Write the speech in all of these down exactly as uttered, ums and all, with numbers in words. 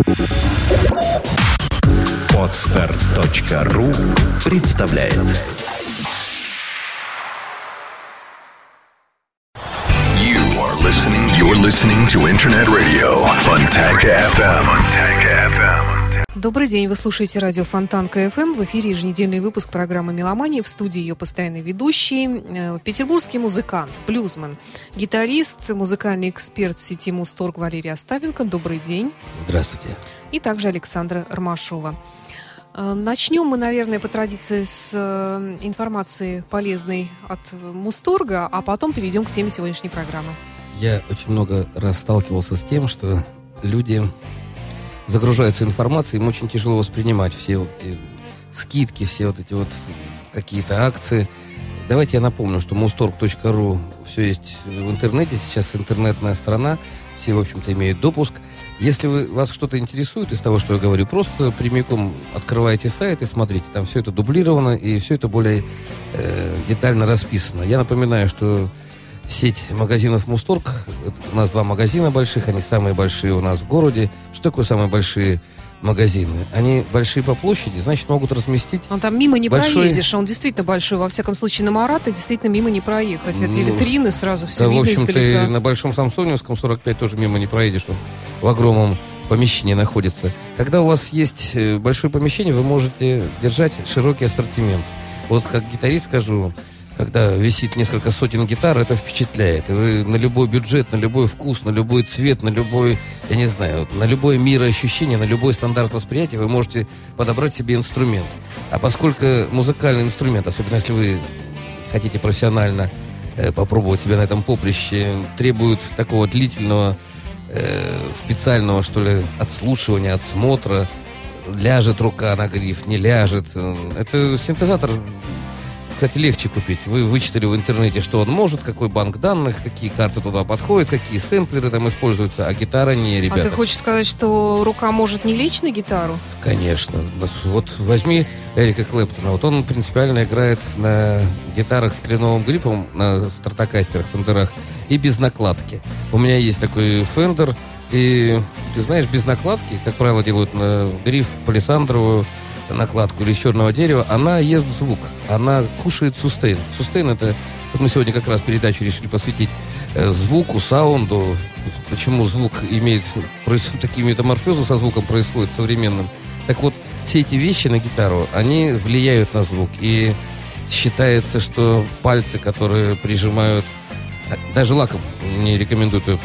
Подстер точка ру представляет. You are listening. You're listening to Internet Radio Fontanka эф эм. Fontanka эф эм. Добрый день, вы слушаете радио Фонтанка эф эм. В эфире еженедельный выпуск программы «Меломания». В студии ее постоянный ведущий, э, петербургский музыкант, блюзмен, гитарист, музыкальный эксперт сети Мусторг Валерий Остапенко. Добрый день. Здравствуйте. И также Александра Ромашова. Э, начнем мы, наверное, по традиции с э, информации полезной от Мусторга, а потом перейдем к теме сегодняшней программы. Я очень много раз сталкивался с тем, что люди загружаются информацией, им очень тяжело воспринимать все вот эти скидки, все вот эти вот какие-то акции. Давайте я напомню, что мусторг точка ру все есть в интернете, сейчас интернетная страна, все, в общем-то, имеют допуск. Если вы, вас что-то интересует из того, что я говорю, просто прямиком открываете сайт и смотрите, там все это дублировано и все это более э, детально расписано. Я напоминаю, что сеть магазинов Мусторг, у нас два магазина больших, они самые большие у нас в городе. Что такое самые большие магазины? Они большие по площади, значит, могут разместить... Он там мимо не большой... проедешь, он действительно большой. Во всяком случае, на Марата действительно мимо не проехать. Это ну, витрины сразу все да, видно в общем-то, издалека. на Большом Самсоневском сорок пять тоже мимо не проедешь, он в огромном помещении находится. Когда у вас есть большое помещение, вы можете держать широкий ассортимент. Вот как гитарист скажу, когда висит несколько сотен гитар, это впечатляет. И вы на любой бюджет, на любой вкус, на любой цвет, на любой, я не знаю, на любое мироощущение, на любой стандарт восприятия вы можете подобрать себе инструмент. А поскольку музыкальный инструмент, особенно если вы хотите профессионально э, попробовать себя на этом поприще, требует такого длительного, э, специального, что ли, отслушивания, отсмотра, ляжет рука на гриф, не ляжет. Это синтезатор... Кстати, легче купить. Вы вычитали в интернете, что он может, какой банк данных, какие карты туда подходят, какие сэмплеры там используются, а гитара не, ребята. А ты хочешь сказать, что рука может не лечь на гитару? Конечно. Вот возьми Эрика Клэптона. Вот он принципиально играет на гитарах с кленовым грифом, на стратокастерах, фендерах, и без накладки. У меня есть такой фендер, и ты знаешь, без накладки, как правило, делают на гриф палисандровую накладку или из черного дерева, она ест звук, она кушает сустейн. Сустейн — это, вот мы сегодня как раз передачу решили посвятить э, звуку, саунду, почему звук имеет, происходит, такие метаморфозы со звуком происходят современным. Так вот, все эти вещи на гитару, они влияют на звук, и считается, что пальцы, которые прижимают, даже лаком не рекомендуют ее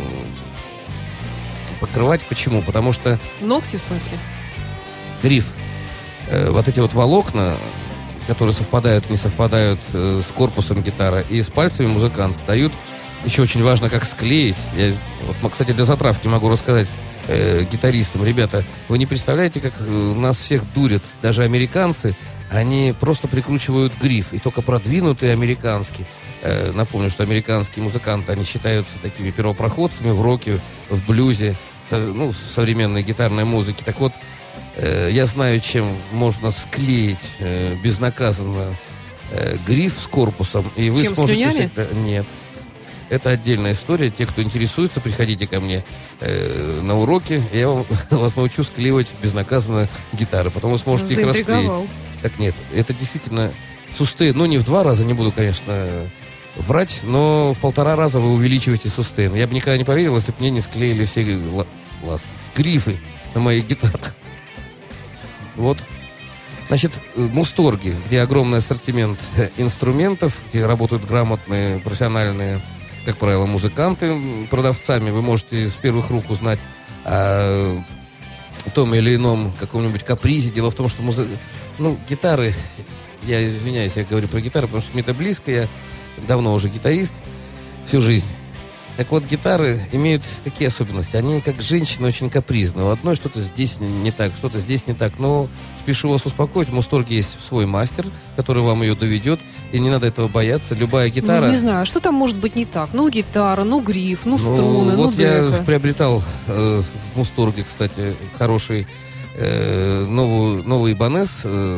покрывать. Почему? Потому что... Ногти, в смысле? Гриф. Вот эти вот волокна, которые совпадают, не совпадают э, с корпусом гитары и с пальцами музыканта, дают, еще очень важно, как склеить. Я, вот, кстати, для затравки могу рассказать э, гитаристам. Ребята, вы не представляете, как э, нас всех дурят. Даже американцы, они просто прикручивают гриф. И только продвинутые американские. Э, напомню, что американские музыканты, они считаются такими первопроходцами в роке, в блюзе, э, ну, в современной гитарной музыке. Так вот, я знаю, чем можно склеить э, безнаказанно э, гриф с корпусом. И вы чем, сможете... слюнями? Нет. Это отдельная история. Те, кто интересуется, приходите ко мне э, на уроки. Я вам, вас научу склеивать безнаказанно гитары. Потом вы сможете их расклеить. Так нет, это действительно сустейн. Ну, не в два раза, не буду, конечно, врать, но в полтора раза вы увеличиваете сустейн. Я бы никогда не поверил, если бы мне не склеили все ласты. Грифы на моих гитарах. Вот. Значит, Мусторги, где огромный ассортимент инструментов, где работают грамотные, профессиональные, как правило, музыканты продавцами. Вы можете с первых рук узнать о том или ином каком-нибудь капризе. Дело в том, что музы... ну, гитары, я извиняюсь, я говорю про гитары, потому что мне это близко, я давно уже гитарист, всю жизнь. Так вот, гитары имеют какие особенности? Они, как женщины, очень капризны. У одной что-то здесь не так, что-то здесь не так. Но спешу вас успокоить, в Мусторге есть свой мастер, который вам ее доведет, и не надо этого бояться. Любая гитара... Ну, не знаю, что там может быть не так? Ну, гитара, ну, гриф, ну, струны, ну, вот дека. Я приобретал э, в Мусторге, кстати, хороший э, новую, новый Ibanez, э,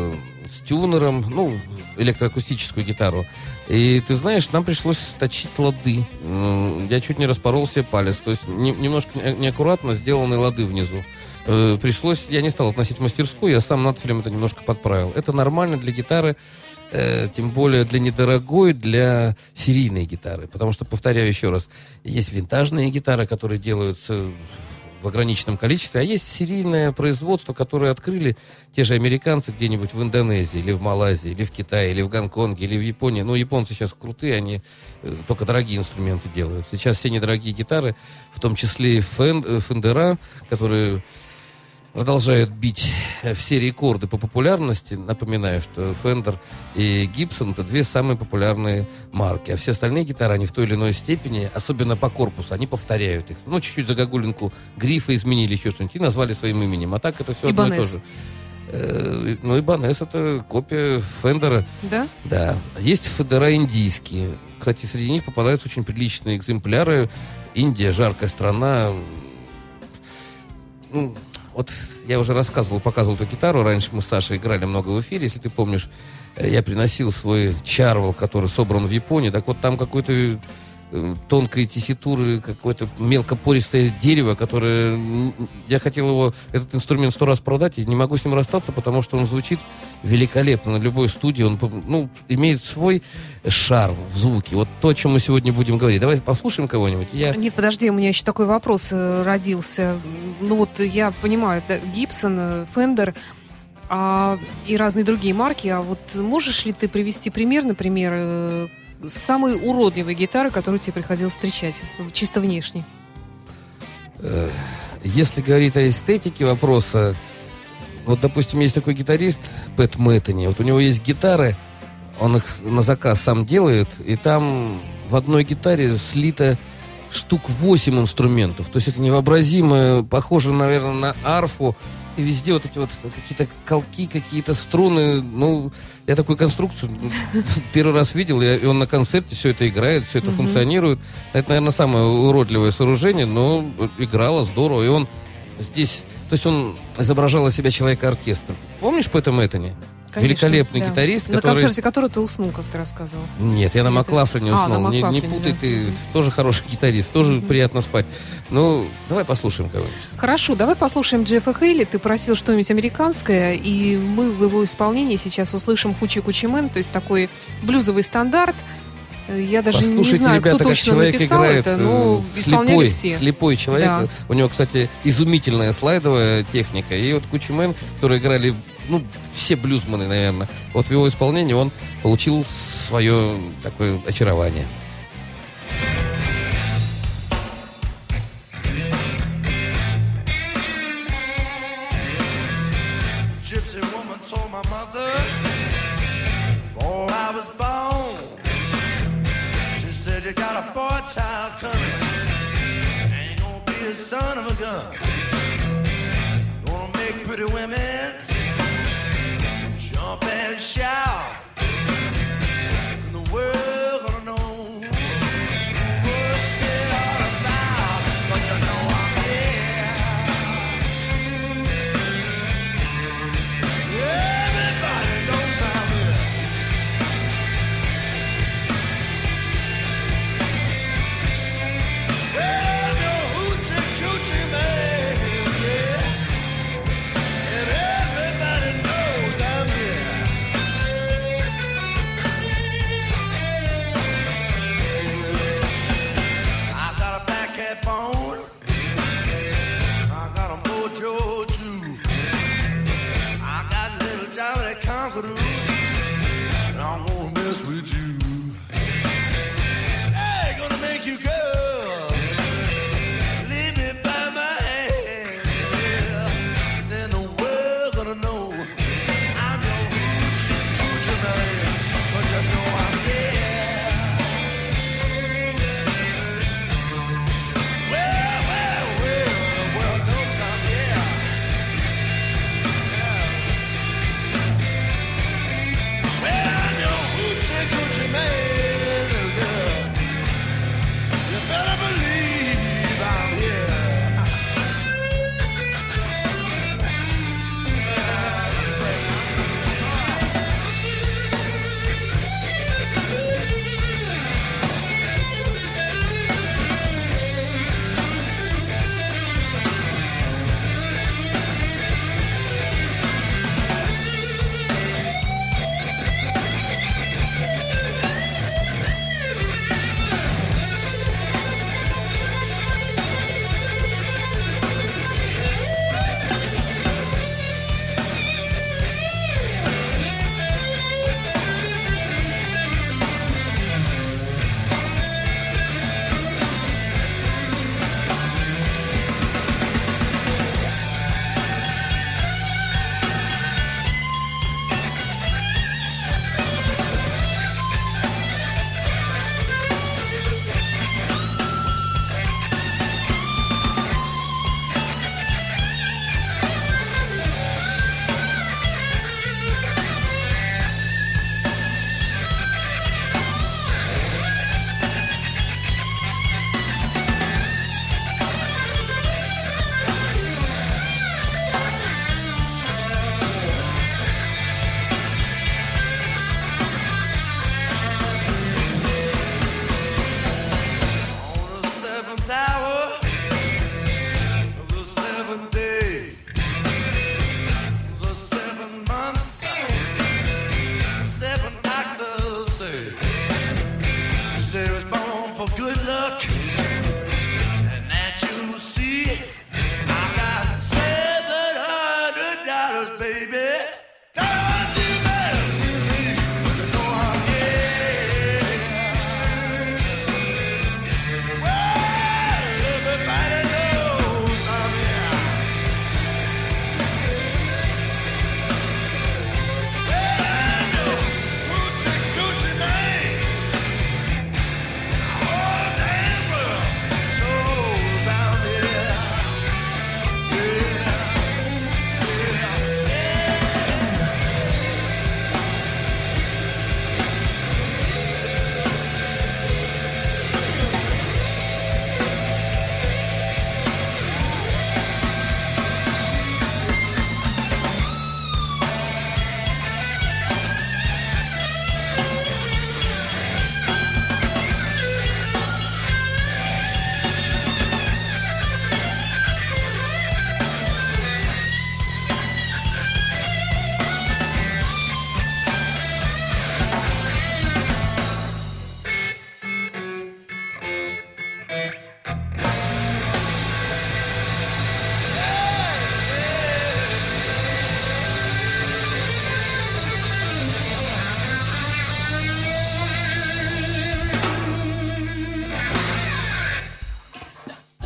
с тюнером, ну, электроакустическую гитару. И ты знаешь, нам пришлось точить лады. Я чуть не распорол себе палец. То есть не, немножко неаккуратно сделаны лады внизу. Э, пришлось, я не стал относить в мастерскую, я сам надфилем это немножко подправил. Это нормально для гитары, э, тем более для недорогой, для серийной гитары. Потому что, повторяю еще раз, есть винтажные гитары, которые делаются в ограниченном количестве, а есть серийное производство, которое открыли те же американцы где-нибудь в Индонезии, или в Малайзии, или в Китае, или в Гонконге, или в Японии. Ну, японцы сейчас крутые, они э, только дорогие инструменты делают. Сейчас все недорогие гитары, в том числе и фен, фендера, которые продолжают бить все рекорды по популярности. Напоминаю, что Fender и Gibson — это две самые популярные марки. А все остальные гитары, они в той или иной степени, особенно по корпусу, они повторяют их. Ну, чуть-чуть загогулинку грифа изменили, еще что-нибудь, и назвали своим именем. А так это все одно и то же. Э, ну, Ibanez — это копия Fender. Да? Да. Есть Fender индийские. Кстати, среди них попадаются очень приличные экземпляры. Индия — жаркая страна. Ну, вот я уже рассказывал, показывал эту гитару. Раньше мы с Сашей играли много в эфире. Если ты помнишь, я приносил свой чарвал, который собран в Японии. Так вот, там какой-то тонкой тесситуры, какое-то мелкопористое дерево, которое... Я хотел его, этот инструмент сто раз продать, и не могу с ним расстаться, потому что он звучит великолепно. На любой студии он, ну, имеет свой шарм в звуке. Вот то, о чем мы сегодня будем говорить. Давайте послушаем кого-нибудь. Я... Нет, подожди, у меня еще такой вопрос родился. Ну вот я понимаю, да, Gibson, Fender а, и разные другие марки. А вот можешь ли ты привести пример, например, самой уродливой гитары, которую тебе приходилось встречать, чисто внешне? Если говорить о эстетике вопроса, вот, допустим, есть такой гитарист Пэт Мэттани, вот у него есть гитары, он их на заказ сам делает, и там в одной гитаре слито штук восемь инструментов, то есть это невообразимо, похоже, наверное, на арфу, и везде вот эти вот какие-то колки, какие-то струны. Ну, я такую конструкцию первый раз видел, и он на концерте все это играет, все это mm-hmm. функционирует. Это, наверное, самое уродливое сооружение, но играло здорово. И он здесь... То есть он изображал из себя человека-оркестр. Помнишь Пэта Мэттани? Конечно, великолепный да. гитарист, на который... концерте которого ты уснул, как ты рассказывал. Нет, я на Маклафлине а, уснул. на Не, не Маклафлине, путай, да. ты тоже хороший гитарист, тоже mm-hmm. приятно спать. Ну, давай послушаем кого-нибудь. Хорошо, давай послушаем Джеффа Хейли. Ты просил что-нибудь американское, и мы в его исполнении сейчас услышим Хучи Кучи Мэн, то есть такой блюзовый стандарт. Я даже Послушайте, не знаю, ребята, кто точно человек написал играет, это, но исполняли слепой, все. Слепой человек. Да. У него, кстати, изумительная слайдовая техника. И вот Кучи Мэн, которые играли, ну, все блюзманы, наверное, вот в его исполнении он получил свое такое очарование. Gypsy woman told my mother before I was born. She said you got a boy child coming, ain't gonna be a son of a gun. Gonna make pretty women jump and shout. And the world gonna know what's it all about. But you know I'm here. Everybody knows I'm here. Well, the hoochie coochie man, yeah. And everybody knows I'm here. I got a black cat bone. I got a mojo too. I got a little job at Conqueror, and I'm gonna mess with you. Hey, gonna make you go. Leave me by my hand. Then the world gonna know I'm your hoochie coochie man. But you know I'm here. Well, well, well, the world knows I'm here. Well, I'm your hoochie coochie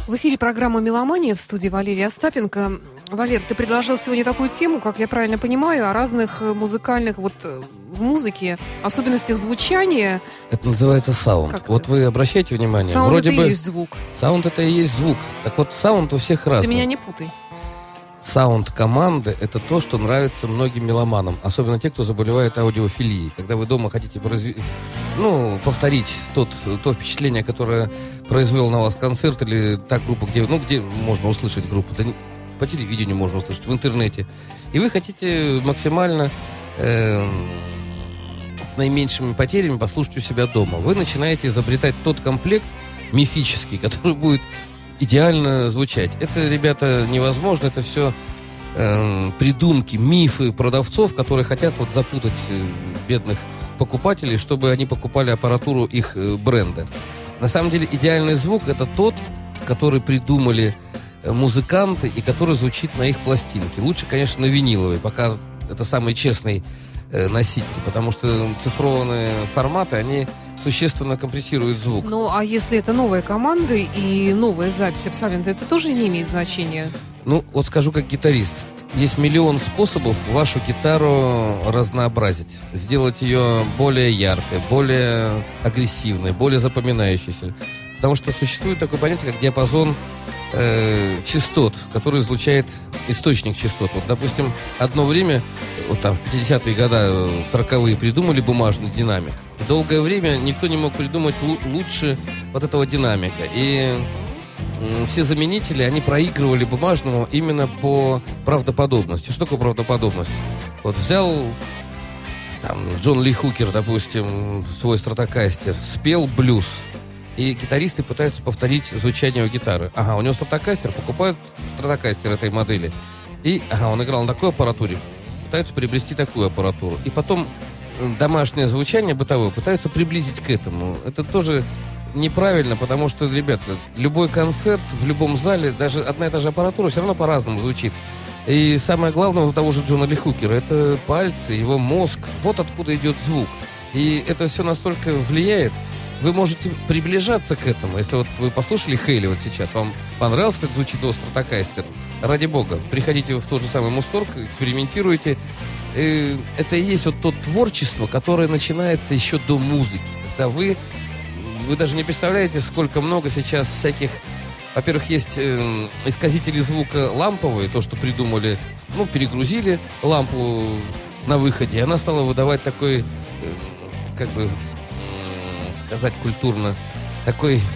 В эфире программа «Меломания», в студии Валерия Остапенко. Валер, ты предложил сегодня такую тему, как я правильно понимаю, о разных музыкальных, вот в музыке, особенностях звучания. Это называется саунд. Как вот это? Вы обращайте внимание. Саунд вроде это бы... и есть звук. Саунд это и есть звук. Так вот, саунд у всех разный. Ты меня не путай. Саунд команды — это то, что нравится многим меломанам, особенно те, кто заболевает аудиофилией. Когда вы дома хотите произв... ну, повторить тот, то впечатление, которое произвел на вас концерт или та группа, где, ну, где можно услышать группу, да, по телевидению можно услышать, в интернете, и вы хотите максимально э, с наименьшими потерями послушать у себя дома. Вы начинаете изобретать тот комплект мифический, который будет идеально звучать. Это, ребята, невозможно. Это все э, придумки, мифы продавцов, которые хотят вот запутать э, бедных покупателей, чтобы они покупали аппаратуру их э, бренда. На самом деле идеальный звук — это тот, который придумали э, музыканты и который звучит на их пластинке. Лучше, конечно, на виниловой, пока это самый честный э, носитель, потому что цифрованные форматы, они существенно компрессирует звук. Ну, а если это новая команда и новая запись абсолютно, это тоже не имеет значения? Ну, вот скажу как гитарист. Есть миллион способов вашу гитару разнообразить. Сделать ее более яркой, более агрессивной, более запоминающейся. Потому что существует такое понятие, как диапазон э, частот, который излучает источник частот. Вот, допустим, одно время, вот там в пятидесятые годы, сороковые, придумали бумажный динамик. Долгое время никто не мог придумать л- лучше вот этого динамика. И м, все заменители, они проигрывали бумажному именно по правдоподобности. Что такое правдоподобность? Вот взял там, Джон Ли Хукер, допустим, свой стратокастер, спел блюз, и гитаристы пытаются повторить звучание у гитары. Ага, у него стратокастер, покупают стратокастер этой модели. И, ага, он играл на такой аппаратуре, пытаются приобрести такую аппаратуру. И потом домашнее звучание бытовое пытаются приблизить к этому. Это тоже неправильно, потому что, ребята, любой концерт в любом зале, даже одна и та же аппаратура все равно по-разному звучит. И самое главное у того же Джона Ли Хукера — это пальцы, его мозг. Вот откуда идет звук. И это все настолько влияет. Вы можете приближаться к этому. Если вот вы послушали Хейли вот сейчас, вам понравилось, как звучит его стратокастер? Ради бога, приходите в тот же самый Мусторг, экспериментируйте. И это и есть вот то творчество, которое начинается еще до музыки. Когда вы, вы даже не представляете, сколько много сейчас всяких... Во-первых, есть э, исказители звука ламповые, то, что придумали, ну, перегрузили лампу на выходе, и она стала выдавать такой, э, как бы... сказать культурно, такой э,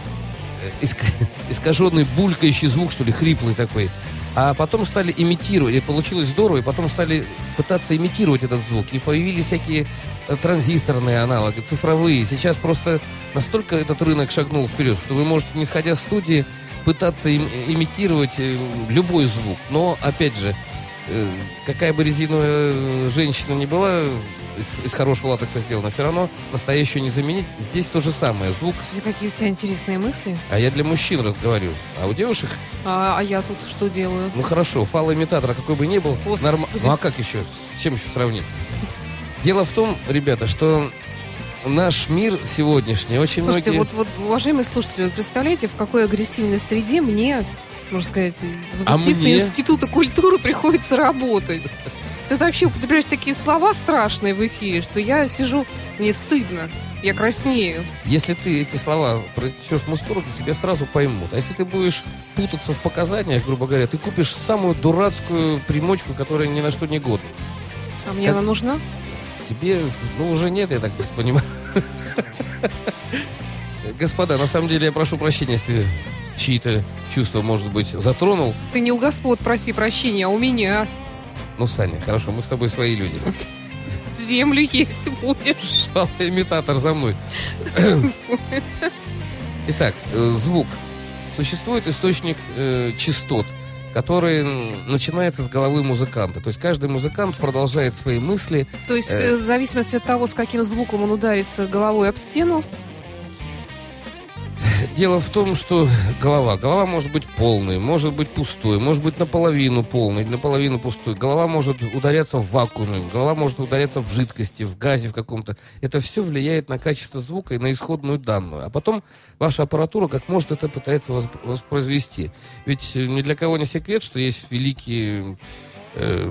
иск, искаженный, булькающий звук, что ли, хриплый такой. А потом стали имитировать, и получилось здорово, и потом стали пытаться имитировать этот звук. И появились всякие транзисторные аналоги, цифровые. Сейчас просто настолько этот рынок шагнул вперед, что вы можете, не сходя с студии, пытаться им, имитировать любой звук. Но, опять же, э, какая бы резиновая женщина ни была, из, из хорошего латекса сделано, все равно настоящую не заменить. Здесь то же самое. Звук... Какие у тебя интересные мысли. А я для мужчин разговариваю. А у девушек... А, а я тут что делаю? Ну хорошо, фалоимитатор какой бы ни был, норм... ну а как еще? С чем еще сравнить? Дело в том, ребята, что наш мир сегодняшний очень Слушайте, многие... вот, вот, уважаемые слушатели, вот представляете, в какой агрессивной среде мне, можно сказать, А выпускнице мне? Института культуры приходится работать. Ты вообще употребляешь такие слова страшные в эфире, что я сижу, мне стыдно, я краснею. Если ты эти слова произнесешь в Мусторге, тебя сразу поймут. А если ты будешь путаться в показаниях, грубо говоря, ты купишь самую дурацкую примочку, которая ни на что не годна. А мне Как- она нужна? Тебе, ну, уже нет, я так понимаю. Господа, на самом деле я прошу прощения, если чьи-то чувства, может быть, затронул. Ты не у господ проси прощения, а у меня. Ну, Саня, хорошо, мы с тобой свои люди. Землю есть будешь. Имитатор за мной. Итак, э, звук. Существует источник э, частот, который м, начинается с головы музыканта. То есть каждый музыкант продолжает свои мысли. То есть Э. э, в зависимости от того, с каким звуком он ударится головой об стену. Дело в том, что голова. Голова может быть полной, может быть пустой, может быть наполовину полной, наполовину пустой. Голова может ударяться в вакууме, голова может ударяться в жидкости, в газе в каком-то. Это все влияет на качество звука и на исходную данную. А потом ваша аппаратура как может это пытается воспроизвести. Ведь ни для кого не секрет, что есть великие э,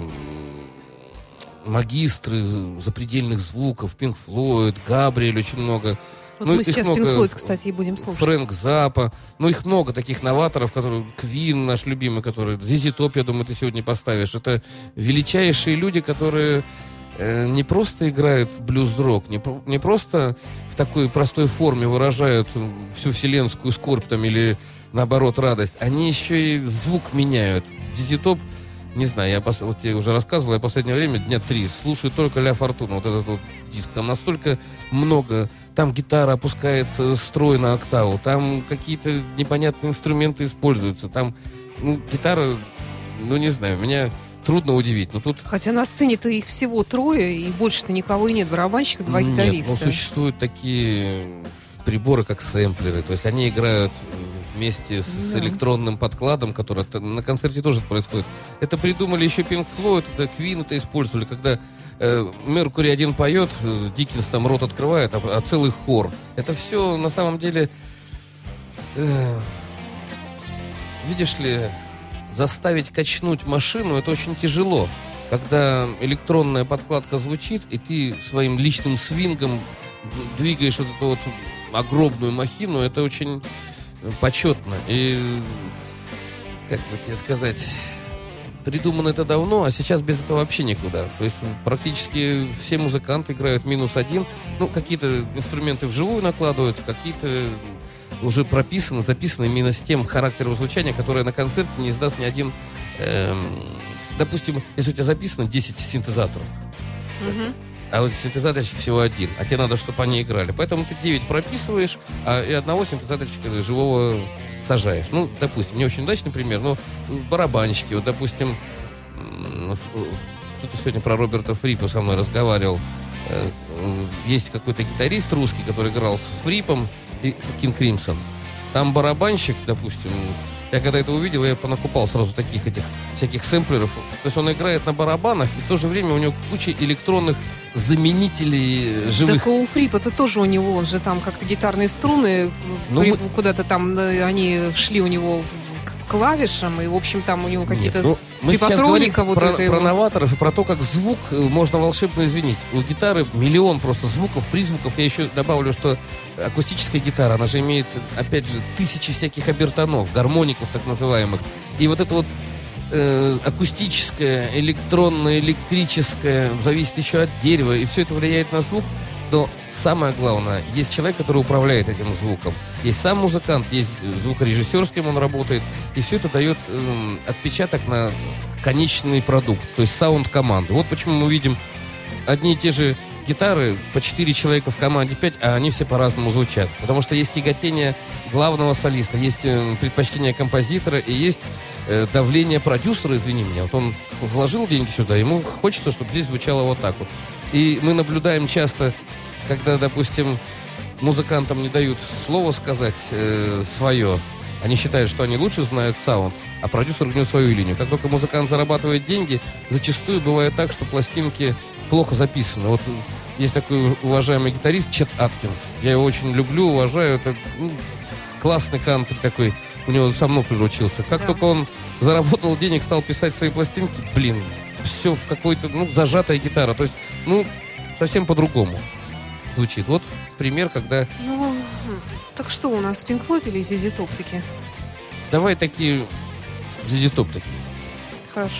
магистры запредельных звуков, Пинк Флойд, Габриэль, очень много. Вот ну, мы сейчас Пинк Флойд, кстати, и будем слушать. Фрэнк Заппа. Ну, их много таких новаторов, которые... Квин наш любимый, который... зет Топ, я думаю, ты сегодня поставишь. Это величайшие люди, которые э, не просто играют блюз-рок, не, не просто в такой простой форме выражают всю вселенскую скорбь там, или, наоборот, радость. Они еще и звук меняют. зет Топ, не знаю, я, пос... вот я уже рассказывал, я в последнее время дня три слушаю только Ля Фортуна, вот этот вот диск. Там настолько много... Там гитара опускается строй на октаву, там какие-то непонятные инструменты используются, там, ну, гитара, ну, не знаю, меня трудно удивить, но тут... Хотя на сцене-то их всего трое, и больше-то никого и нет, барабанщик, два нет, гитариста. Нет, ну, существуют такие приборы, как сэмплеры, то есть они играют вместе с, да. с электронным подкладом, который на концерте тоже происходит. Это придумали еще Pink Floyd, это Queen это использовали, когда Меркури один поет, Диккенс там рот открывает, а, а целый хор. Это все на самом деле, э, видишь ли, заставить качнуть машину, это очень тяжело. Когда электронная подкладка звучит, и ты своим личным свингом двигаешь вот эту вот огромную махину, это очень почетно. И, как бы тебе сказать... Придумано это давно, а сейчас без этого вообще никуда. То есть практически все музыканты играют минус один. Ну, какие-то инструменты вживую накладываются, какие-то уже прописаны, записаны именно с тем характером звучания, которое на концерте не издаст ни один... Эм, допустим, если у тебя записано десять синтезаторов, mm-hmm. а вот синтезаторщик всего один, а тебе надо, чтобы они играли. Поэтому ты девять прописываешь, а и одного синтезаторщика живого сажаешь. Ну, допустим, не очень удачный пример, но барабанщики. Вот, допустим, кто-то сегодня про Роберта Фрипа со мной разговаривал. Есть какой-то гитарист русский, который играл с Фрипом и Кинг Кримсон. Там барабанщик, допустим, я когда это увидел, я понакупал сразу таких этих всяких сэмплеров. То есть он играет на барабанах, и в то же время у него куча электронных заменителей живых. Так у Фрипа-то тоже у него, он же там как-то гитарные струны, ну, при, мы... куда-то там они шли у него в, в клавишам, и, в общем, там у него какие-то ну, мы сейчас говорим вот про, это про его... новаторов и про то, как звук можно волшебно извинить. У гитары миллион просто звуков, призвуков. Я еще добавлю, что акустическая гитара, она же имеет, опять же, тысячи всяких обертонов, гармоников так называемых. И вот это вот э, акустическое, электронное, электрическое, зависит еще от дерева, и все это влияет на звук. Но самое главное, есть человек, который управляет этим звуком. Есть сам музыкант, есть звукорежиссер, с кем он работает. И все это дает э, отпечаток на конечный продукт, то есть саунд-команды. Вот почему мы видим одни и те же гитары, по четыре человека в команде, пять, а они все по-разному звучат. Потому что есть тяготение главного солиста, есть э, предпочтение композитора и есть э, давление продюсера, извини меня. Вот он вложил деньги сюда, ему хочется, чтобы здесь звучало вот так вот. И мы наблюдаем часто, когда, допустим, музыкантам не дают слово сказать э, свое, они считают, что они лучше знают саунд, а продюсер гнет свою линию. Как только музыкант зарабатывает деньги, зачастую бывает так, что пластинки плохо записаны. Вот есть такой уважаемый гитарист Чет Аткинс. Я его очень люблю, уважаю. Это ну, классный кантри такой. У него сам Нофлер учился. Как да. только он заработал денег, стал писать свои пластинки, блин, все в какой-то, ну, зажатая гитара. То есть, ну, совсем по-другому звучит. Вот пример, когда... Ну, так что у нас, Pink Floyd или зет Топ таки? Давай такие зет Топ такие. Хорошо.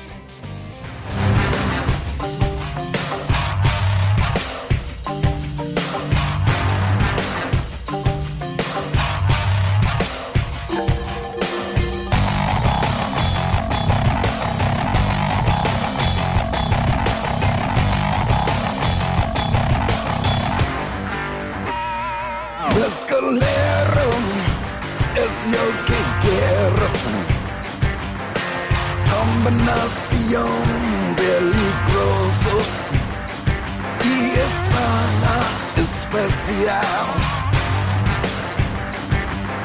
Escalero es lo que quiero. Combinación peligroso y extraña, especial.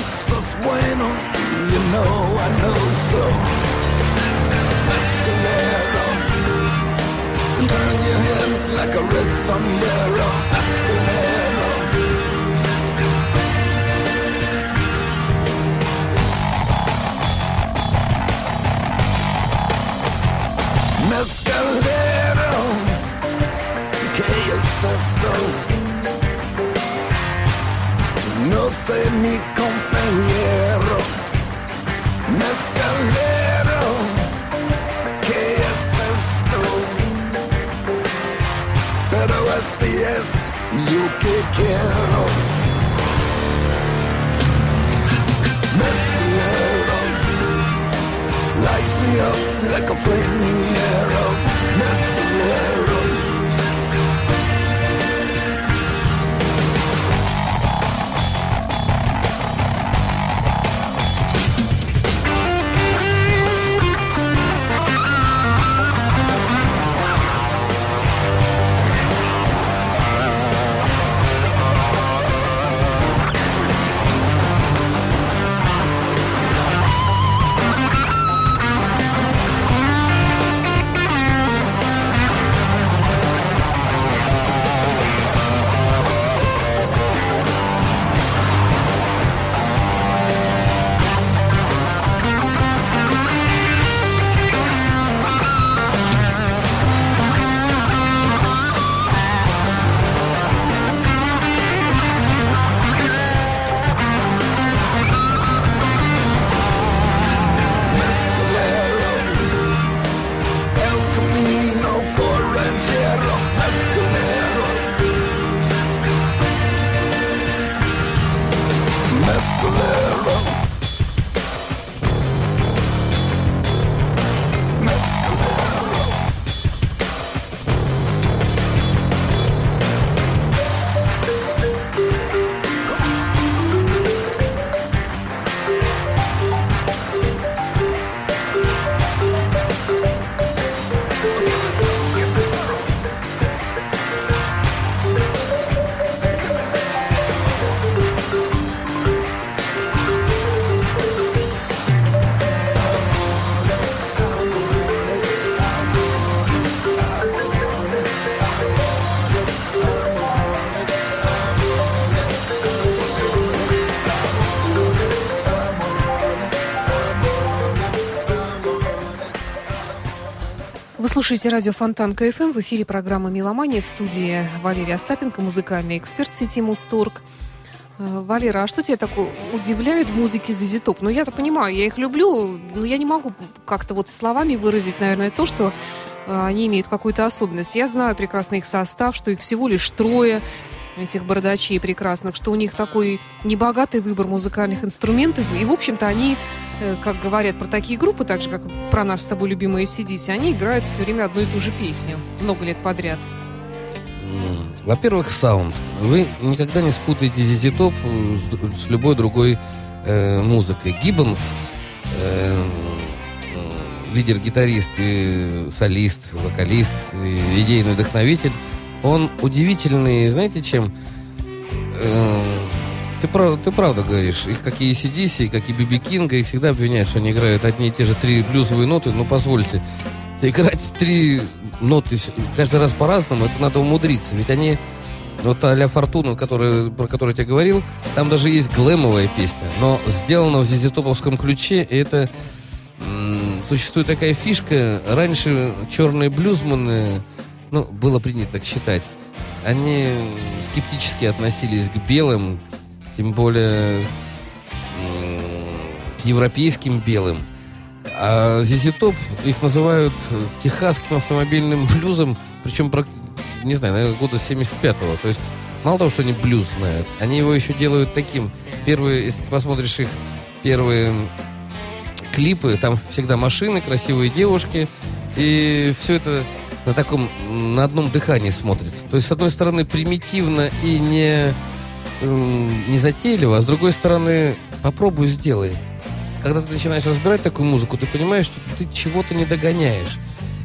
cosas bueno, you know I know so. Mescalero, turn your head like a red sombrero. Mescalero. Mescalero, ¿qué es esto? No sé mi compañero. Mescalero, ¿qué es esto? Pero este es lo que quiero. Mescalero lights me up like a flaming arrow. Mescalero. Вы слушаете радио Фонтанка эф эм. В эфире программа «Меломания». В студии Валерия Остапенко, музыкальный эксперт сети Музторг. Валера, а что тебя так удивляет в музыке зэ зэ Top? Ну, я-то понимаю, я их люблю, но я не могу как-то вот словами выразить, наверное, то, что они имеют какую-то особенность. Я знаю прекрасно их состав, что их всего лишь трое, этих бородачей прекрасных, что у них такой небогатый выбор музыкальных инструментов. И, в общем-то, они, как говорят про такие группы, так же, как про наши с тобой любимые си ди си, они играют все время одну и ту же песню. Много лет подряд. Во-первых, саунд. Вы никогда не спутаете зэ зэ Top с любой другой э, музыкой. Гиббонс, э, лидер-гитарист, и солист, вокалист, и идейный вдохновитель, он удивительный, знаете, чем? Э, ты, прав, ты правда говоришь. Их, как и си ди си, как и Би Би Кинга, их всегда обвиняют, что они играют одни и те же три блюзовые ноты. Ну, позвольте, играть три ноты каждый раз по-разному, это надо умудриться. Ведь они, вот а-ля Фортуна, который, про которую я говорил, там даже есть глэмовая песня, но сделана в зэ зэ Топовском ключе, и это... М- существует такая фишка. Раньше черные блюзманы, ну, было принято так считать, они скептически относились к белым, тем более м- к европейским белым. А зэ зэ Top их называют техасским автомобильным блюзом, причем, не знаю, наверное, года семьдесят пятого. То есть, мало того, что они блюз знают, они его еще делают таким. Первые, если ты посмотришь их первые клипы, там всегда машины, красивые девушки, и все это на таком, на одном дыхании смотрится. То есть, с одной стороны, примитивно и не, не затейливо, а с другой стороны, попробуй, сделай. Когда ты начинаешь разбирать такую музыку, ты понимаешь, что ты чего-то не догоняешь.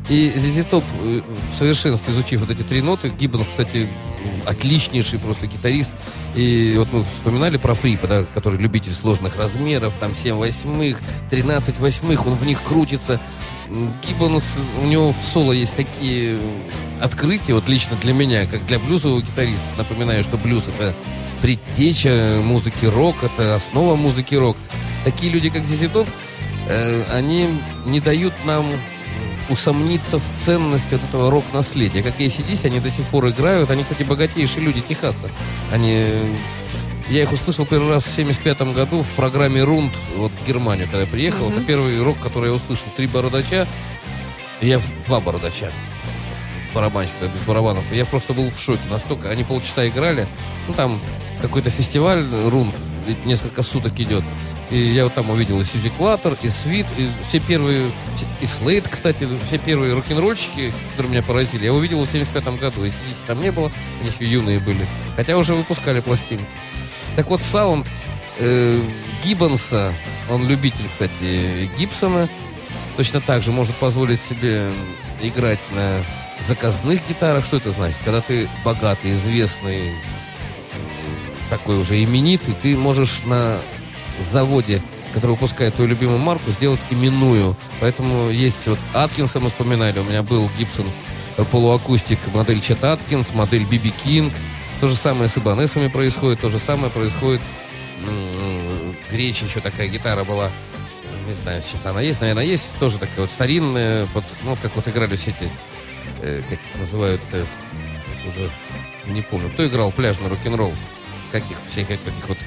И зет зет Top, в совершенстве изучив вот эти три ноты, Гиббонс, кстати, отличнейший просто гитарист. И вот мы вспоминали про Фрипа, да, который любитель сложных размеров, там семь восьмых, тринадцать восьмых, он в них крутится. Гиббонс, у него в соло есть такие открытия, вот лично для меня, как для блюзового гитариста. Напоминаю, что блюз — это предтеча музыки рок, это основа музыки рок. Такие люди, как зет зет Top, э, они не дают нам усомниться в ценности вот этого рок-наследия. Как и эй си ди си, они до сих пор играют. Они, кстати, богатейшие люди Техаса. Они... Я их услышал первый раз в семьдесят пятом году в программе «Рунд» вот в Германию, когда я приехал. Mm-hmm. Это первый рок, который я услышал. Три бородача. Я в два бородача. Барабанщика, без барабанов. Я просто был в шоке. Настолько... Они полчаса играли. Ну, там какой-то фестиваль «Рунд». Несколько суток идет. И я вот там увидел и Сьюзи Клаттер, и Свит, и все первые, и Слейд, кстати, все первые рок-н-ролльщики, которые меня поразили, я увидел в семьдесят пятом году. Если там не было, они еще юные были. Хотя уже выпускали пластинки. Так вот, саунд э, Гиббонса, он любитель, кстати, Гибсона, точно так же может позволить себе играть на заказных гитарах. Что это значит? Когда ты богатый, известный, такой уже именитый, ты можешь на заводе, который выпускает твою любимую марку, сделать именную. Поэтому есть вот Аткинса, мы вспоминали, у меня был Гибсон полуакустик, модель Чет Аткинс, модель Би Би Кинг. То же самое с Ибанесами происходит, то же самое происходит. Гречи еще такая гитара была, не знаю, сейчас она есть, наверное, есть, тоже такая вот старинная, под, ну вот как вот играли все эти, э, как их называют, э, уже не помню, кто играл пляжный рок-н-ролл, каких всех этих вот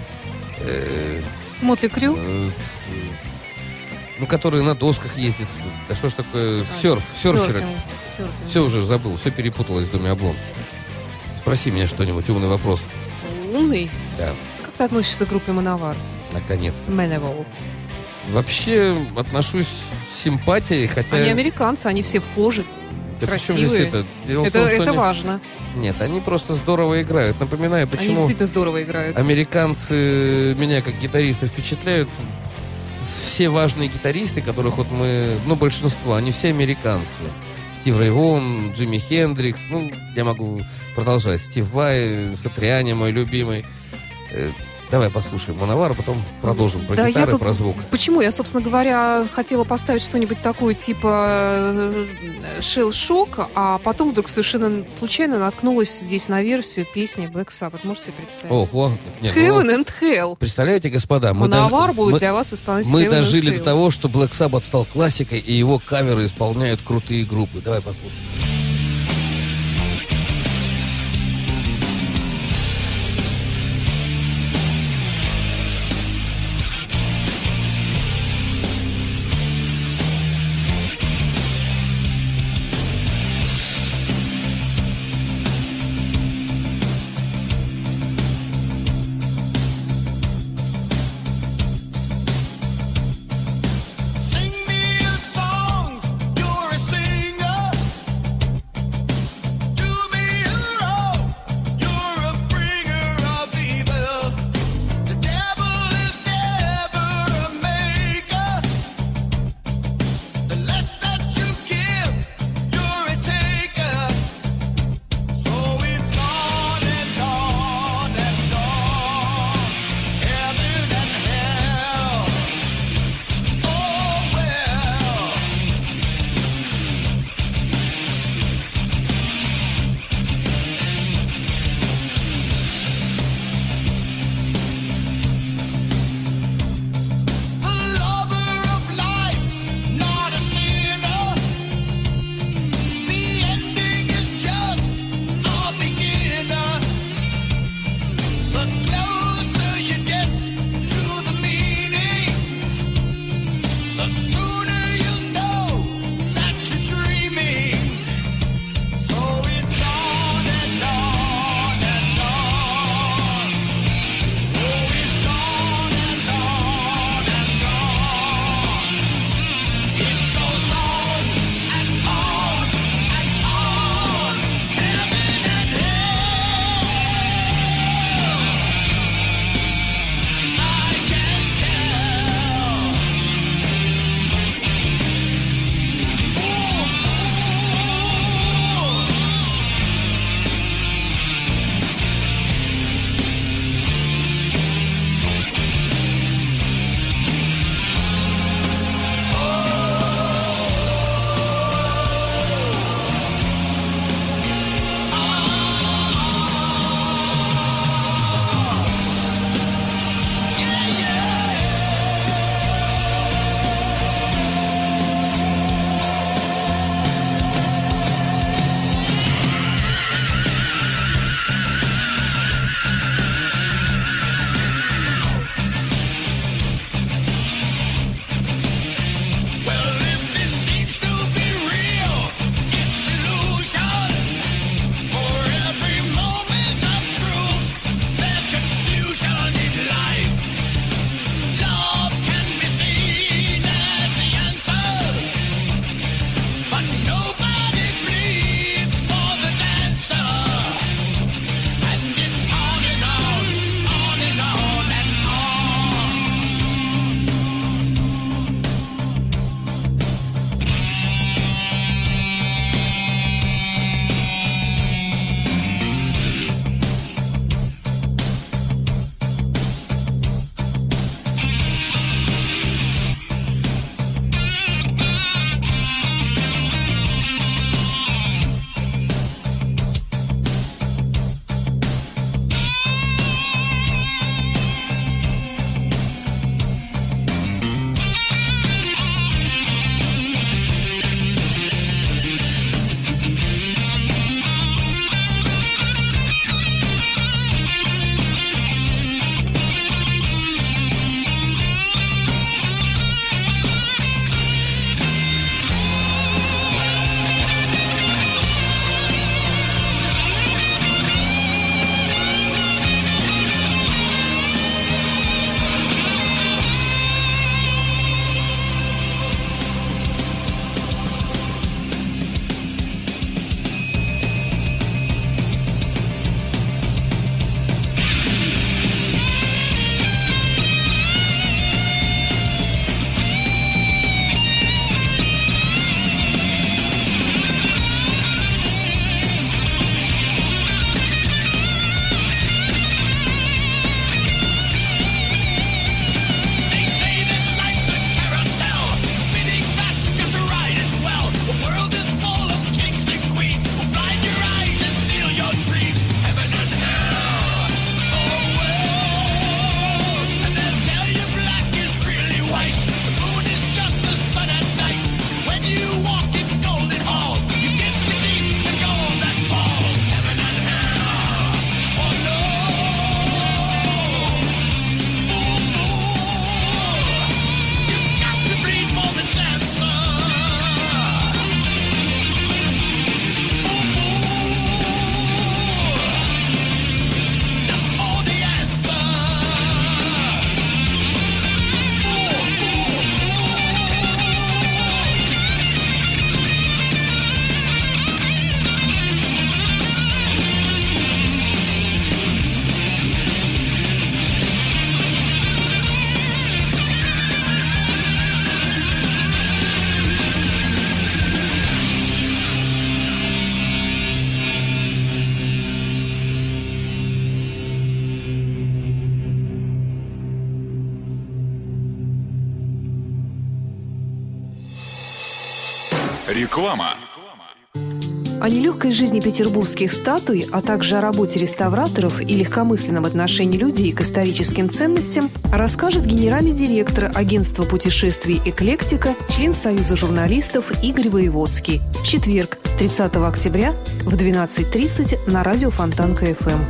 Мотли Крю? Ну, которые на досках ездят. Да что ж такое? А, серф, серферы. Серфинг, серфинг. Все уже забыл, все перепуталось в доме Облонских. Спроси меня что-нибудь, умный вопрос. Умный? Да. Как ты относишься к группе Мановар? Наконец-то. Маневол. Вообще отношусь с симпатией, хотя... Они американцы, они все в коже. Да красивые. Здесь это Дело это, в том, что это они... важно. Нет, они просто здорово играют. Напоминаю, почему... Они действительно здорово играют. Американцы меня как гитариста впечатляют. Все важные гитаристы, которых вот мы... Ну, большинство, они все американцы. Стив Рэй Вон, Джимми Хендрикс. Ну, я могу продолжать. Стив Vai, Сатриани, мой любимый. Давай послушаем Мановар, а потом продолжим про да, гитары, тут... про звук. Почему? Я, собственно говоря, хотела поставить что-нибудь такое типа Shell Shock, а потом вдруг совершенно случайно наткнулась здесь на версию песни Black Sabbath. Можете себе представить? Ого, нет, Heaven ну, and Hell. Представляете, господа, мы, Мановар дож... будет мы... для вас исполнить мы Heaven дожили and Hell. до того, что Black Sabbath стал классикой, и его каверы исполняют крутые группы. Давай послушаем. Sing me a song, you're a singer. Реклама. О нелегкой жизни петербургских статуй, а также о работе реставраторов и легкомысленном отношении людей к историческим ценностям расскажет генеральный директор агентства путешествий «Эклектика», член Союза журналистов Игорь Воеводский. В четверг, тридцатого октября в двенадцать тридцать на радио Фонтанка эф эм.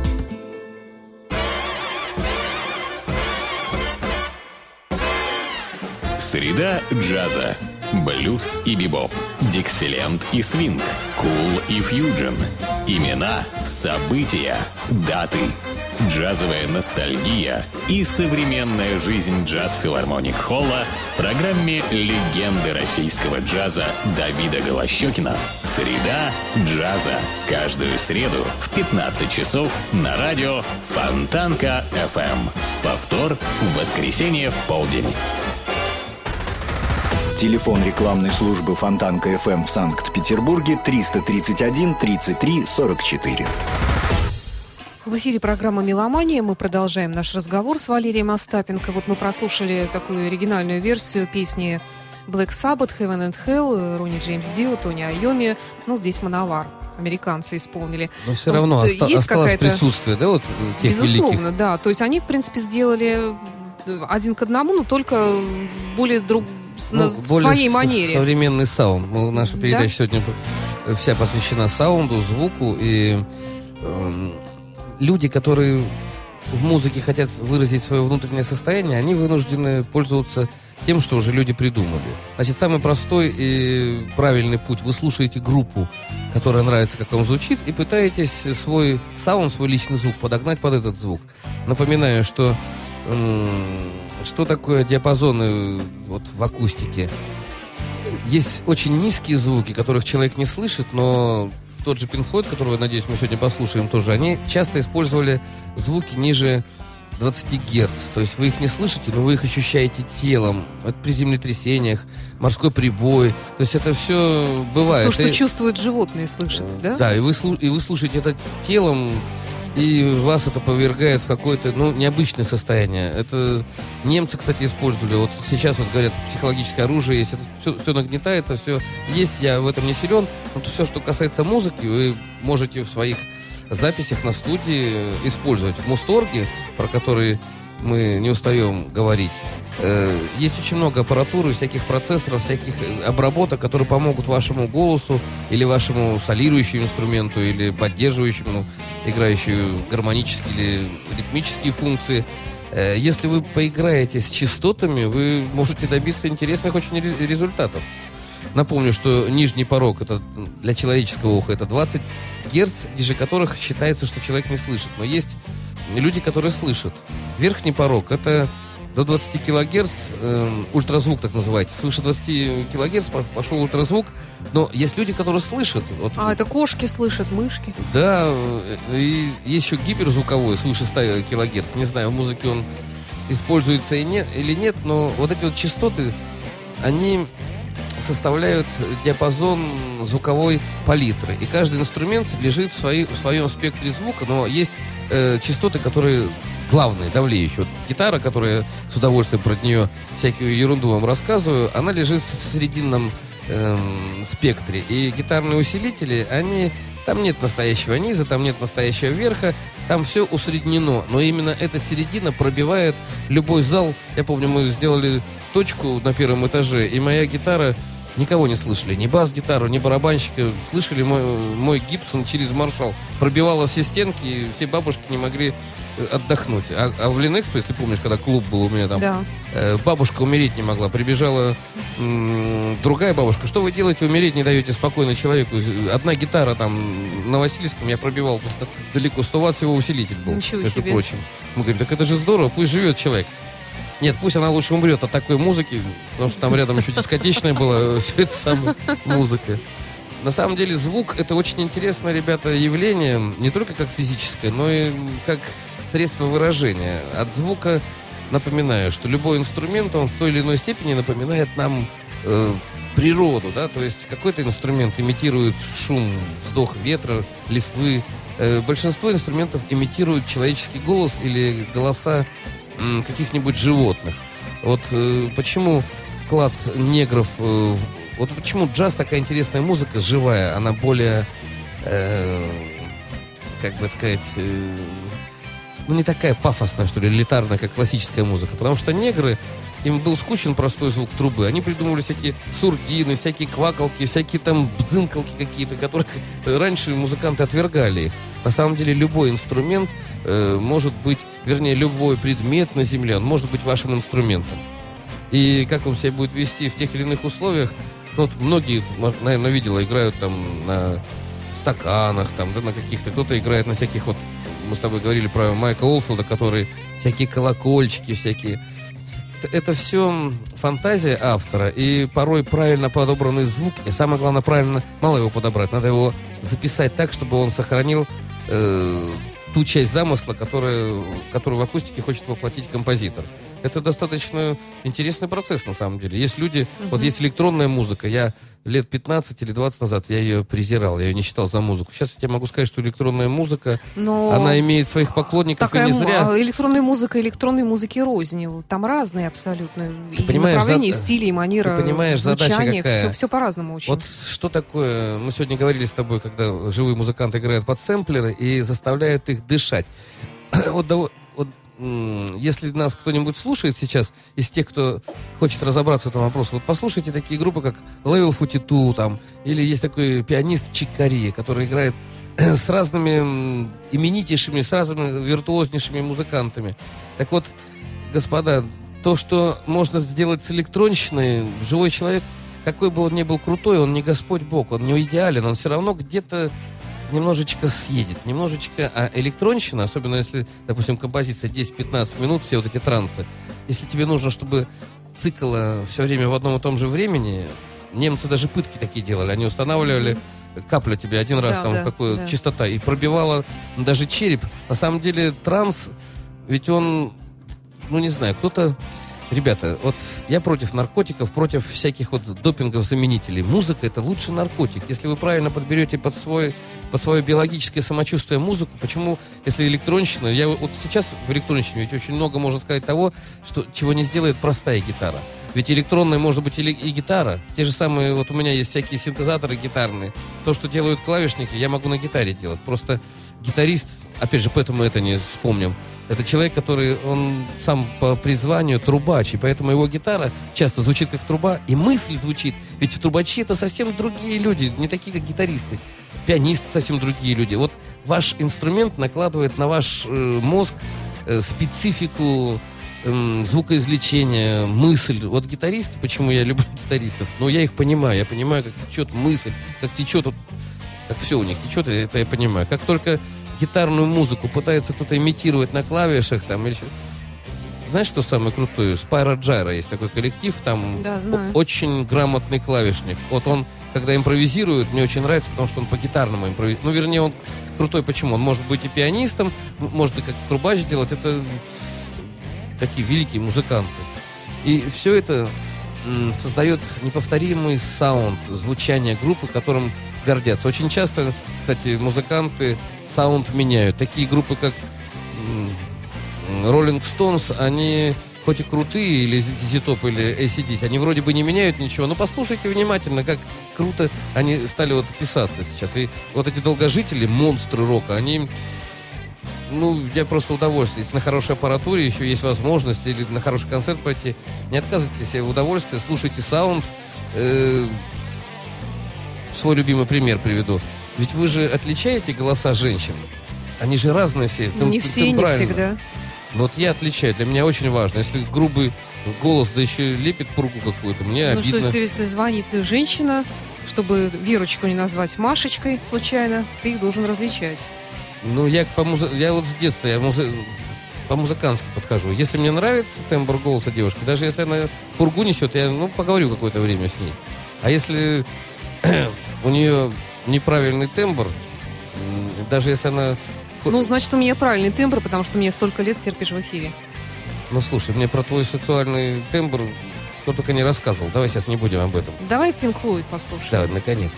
Среда джаза. Блюз и бибоп, диксиленд и свинг, кул и фьюджен. Имена, события, даты. Джазовая ностальгия и современная жизнь джаз-филармоник Холла в программе «Легенды российского джаза» Давида Голощекина. Среда джаза. Каждую среду в пятнадцать часов на радио Фонтанка эф эм. Повтор в воскресенье в полдень. Телефон рекламной службы Фонтанка эф эм в Санкт-Петербурге триста тридцать один тридцать три сорок четыре. В эфире программа «Меломания». Мы продолжаем наш разговор с Валерием Остапенко. Вот мы прослушали такую оригинальную версию песни Black Sabbath, Heaven and Hell, Ронни Джеймс Дио, Тони Айоми. Ну, здесь Мановар. Американцы исполнили. Но все вот равно оста- есть осталось какая-то... присутствие, да, вот тех Безусловно, великих. да. То есть они, в принципе, сделали один к одному, но только более друг... Ну, в более своей манере. Современный саунд. Ну, наша передача да? сегодня вся посвящена саунду, звуку. И э, люди, которые в музыке хотят выразить свое внутреннее состояние, они вынуждены пользоваться тем, что уже люди придумали. Значит, самый простой и правильный путь. Вы слушаете группу, которая нравится, как вам звучит, и пытаетесь свой саунд, свой личный звук подогнать под этот звук. Напоминаю, что... Э, Что такое диапазоны вот, в акустике? Есть очень низкие звуки, которых человек не слышит, но тот же Pink Floyd, которого, надеюсь, мы сегодня послушаем тоже, они часто использовали звуки ниже двадцати герц. То есть вы их не слышите, но вы их ощущаете телом. Это при землетрясениях, морской прибой. То есть это все бывает. То, что и... чувствуют животные, слышат, да? Да, и вы, и вы слушаете это телом, и вас это повергает в какое-то, ну, необычное состояние. Это немцы, кстати, использовали. Вот сейчас вот говорят, психологическое оружие есть. Это все, все нагнетается, все есть. Я в этом не силен. Но все, что касается музыки, вы можете в своих записях на студии использовать. В Мусторге, про который мы не устаем говорить, есть очень много аппаратуры, всяких процессоров, всяких обработок, которые помогут вашему голосу или вашему солирующему инструменту, или поддерживающему, играющему гармонические или ритмические функции. Если вы поиграете с частотами, вы можете добиться интересных очень результатов. Напомню, что нижний порог это для человеческого уха это двадцать герц, ниже которых считается, что человек не слышит. Но есть люди, которые слышат. Верхний порог это до двадцати килогерц, э, ультразвук так называемый. Свыше двадцати килогерц пошел ультразвук. Но есть люди, которые слышат. Вот, а, это кошки слышат, мышки? Да, и есть еще гиперзвуковой, свыше ста килогерц. Не знаю, в музыке он используется и нет, или нет, но вот эти вот частоты, они составляют диапазон звуковой палитры. И каждый инструмент лежит в, своей, в своем спектре звука, но есть э, частоты, которые главные, давлеющие. Вот гитара, которая с удовольствием про нее всякую ерунду вам рассказываю, она лежит в срединном э, спектре. И гитарные усилители, они... Там нет настоящего низа, там нет настоящего верха, там все усреднено. Но именно эта середина пробивает любой зал. Я помню, мы сделали точку на первом этаже, и моя гитара... Никого не слышали. Ни бас-гитару, ни барабанщика. Слышали мой, мой Гибсон через Маршалл. Пробивала все стенки, и все бабушки не могли отдохнуть. А, а в Ленэкспо, если помнишь, когда клуб был у меня там, да. э, бабушка умереть не могла. Прибежала м- другая бабушка. Что вы делаете, умереть не даете спокойно человеку? Одна гитара там на Васильевском, я пробивал далеко. сто ватт всего усилитель был, Ничего между себе. прочим. Мы говорим, так это же здорово, пусть живет человек. Нет, пусть она лучше умрет от такой музыки, потому что там рядом еще дискотечная была, все это самая музыка. На самом деле звук — это очень интересное, ребята, явление, не только как физическое, но и как средство выражения. От звука, напоминаю, что любой инструмент, он в той или иной степени напоминает нам э, природу, да, то есть какой-то инструмент имитирует шум, вздох ветра, листвы. Э, большинство инструментов имитируют человеческий голос или голоса каких-нибудь животных. Вот э, почему вклад негров э, вот почему джаз такая интересная музыка, живая, она более, э, как бы сказать, э, ну не такая пафосная, что ли, элитарная, как классическая музыка. Потому что негры, им был скучен простой звук трубы. Они придумывали всякие сурдины, всякие квакалки, всякие там бдзынкалки какие-то, которых раньше музыканты отвергали их. На самом деле любой инструмент э, может быть, вернее, любой предмет на земле, он может быть вашим инструментом. И как он себя будет вести в тех или иных условиях, ну, вот многие, наверное, видела, играют там на стаканах, там, да, на каких-то, кто-то играет на всяких, вот, мы с тобой говорили про Майка Олфилда, который всякие колокольчики, всякие... Это, это все фантазия автора, и порой правильно подобранный звук, и самое главное, правильно, мало его подобрать, надо его записать так, чтобы он сохранил э, ту часть замысла, которая, которую в акустике хочет воплотить композитор. Это достаточно интересный процесс, на самом деле. Есть люди... Uh-huh. Вот есть электронная музыка. Я лет пятнадцать или двадцать назад я ее презирал, я ее не считал за музыку. Сейчас я тебе могу сказать, что электронная музыка, но... она имеет своих поклонников, такая и не зря. Электронная музыка, электронной музыки рознь. Там разные абсолютно. Ты и направления, зад... и стили, и манера, ты понимаешь, звучания. Все, все по-разному очень. Вот что такое... Мы сегодня говорили с тобой, когда живые музыканты играют под сэмплеры и заставляют их дышать. Вот, вот если нас кто-нибудь слушает сейчас, из тех, кто хочет разобраться в этом вопросе, вот послушайте такие группы, как Level сорок два, там, или есть такой пианист Чик Кория, который играет с разными именитейшими, с разными виртуознейшими музыкантами. Так вот, господа, то, что можно сделать с электронщиной, живой человек, какой бы он ни был крутой, он не Господь Бог, он не идеален, он все равно где-то немножечко съедет, немножечко, а электронщина, особенно если, допустим, композиция десять-пятнадцать минут, все вот эти трансы, если тебе нужно, чтобы цикла все время в одном и том же времени, немцы даже пытки такие делали, они устанавливали каплю тебе один раз, да, там, да, какую да. частота, и пробивала даже череп. На самом деле транс, ведь он, ну не знаю, кто-то... Ребята, вот я против наркотиков, против всяких вот допингов-заменителей. Музыка — это лучший наркотик. Если вы правильно подберете под, свой, под свое биологическое самочувствие музыку, почему, если электронщина... Я вот сейчас в электронщине ведь очень много можно сказать того, что, чего не сделает простая гитара. Ведь электронная может быть и, и гитара. Те же самые, вот у меня есть всякие синтезаторы гитарные. То, что делают клавишники, я могу на гитаре делать. Просто гитарист, опять же, поэтому это не вспомним, это человек, который, он сам по призванию трубач, и поэтому его гитара часто звучит как труба, и мысль звучит. Ведь трубачи — это совсем другие люди, не такие, как гитаристы. Пианисты — совсем другие люди. Вот ваш инструмент накладывает на ваш э, мозг э, специфику э, звукоизвлечения, мысль. Вот гитаристы, почему я люблю гитаристов, ну, я их понимаю, я понимаю, как течет мысль, как течет, вот, как все у них течет, это я понимаю. Как только гитарную музыку пытается кто-то имитировать на клавишах, там, или... Знаешь, что самое крутое? Spyro Gyra есть такой коллектив, там да, знаю. Очень грамотный клавишник. Вот он, когда импровизирует, мне очень нравится, потому что он по-гитарному импровизирует. Ну, вернее, он крутой. Почему? Он может быть и пианистом, может и как трубач делать. Это такие великие музыканты. И все это м, создает неповторимый саунд, звучание группы, которым гордятся. Очень часто, кстати, музыканты саунд меняют. Такие группы, как Rolling Stones, они хоть и крутые, или зет зет Top, или эй си ди си, они вроде бы не меняют ничего, но послушайте внимательно, как круто они стали вот писаться сейчас. И вот эти долгожители, монстры рока, они... Ну, я просто удовольствие. Если на хорошей аппаратуре еще есть возможность, или на хороший концерт пойти, не отказывайтесь себе в удовольствии, слушайте саунд. Э Свой любимый пример приведу. Ведь вы же отличаете голоса женщин. Они же разные все. Тем, не все, не всегда. Но вот я отличаю. Для меня очень важно. Если грубый голос, да еще лепит пургу какую-то, мне ну, обидно. Ну что, если звонит женщина, чтобы Верочку не назвать Машечкой случайно, ты их должен различать. Ну, я, по музы... я вот с детства я музы... по-музыкантски подхожу. Если мне нравится тембр голоса девушки, даже если она пургу несет, я ну, поговорю какое-то время с ней. А если у нее неправильный тембр, даже если она... Ну, значит, у меня правильный тембр, потому что мне столько лет терпишь в эфире. Ну, слушай, мне про твой сексуальный тембр кто только не рассказывал. Давай сейчас не будем об этом. Давай Pink Floyd послушаем. Да, наконец-то.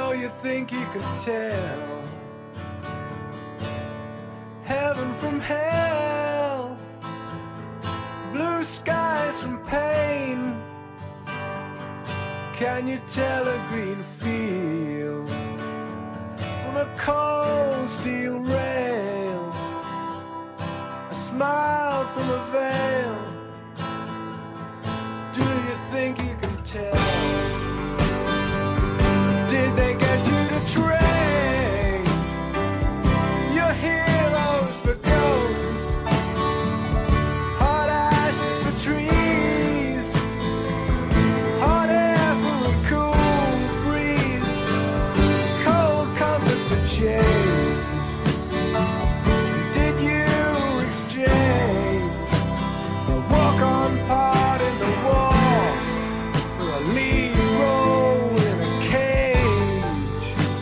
know you think you can tell heaven from hell, blue skies from pain. Can you tell a green field from a cold steel rail, a smile from a veil? Do you think you can tell? Did they get you to train your heroes for ghosts, hot ashes for trees, hot air for a cool breeze, cold comfort for change? Did you exchange a walk-on part in the war for a lead role in a cage?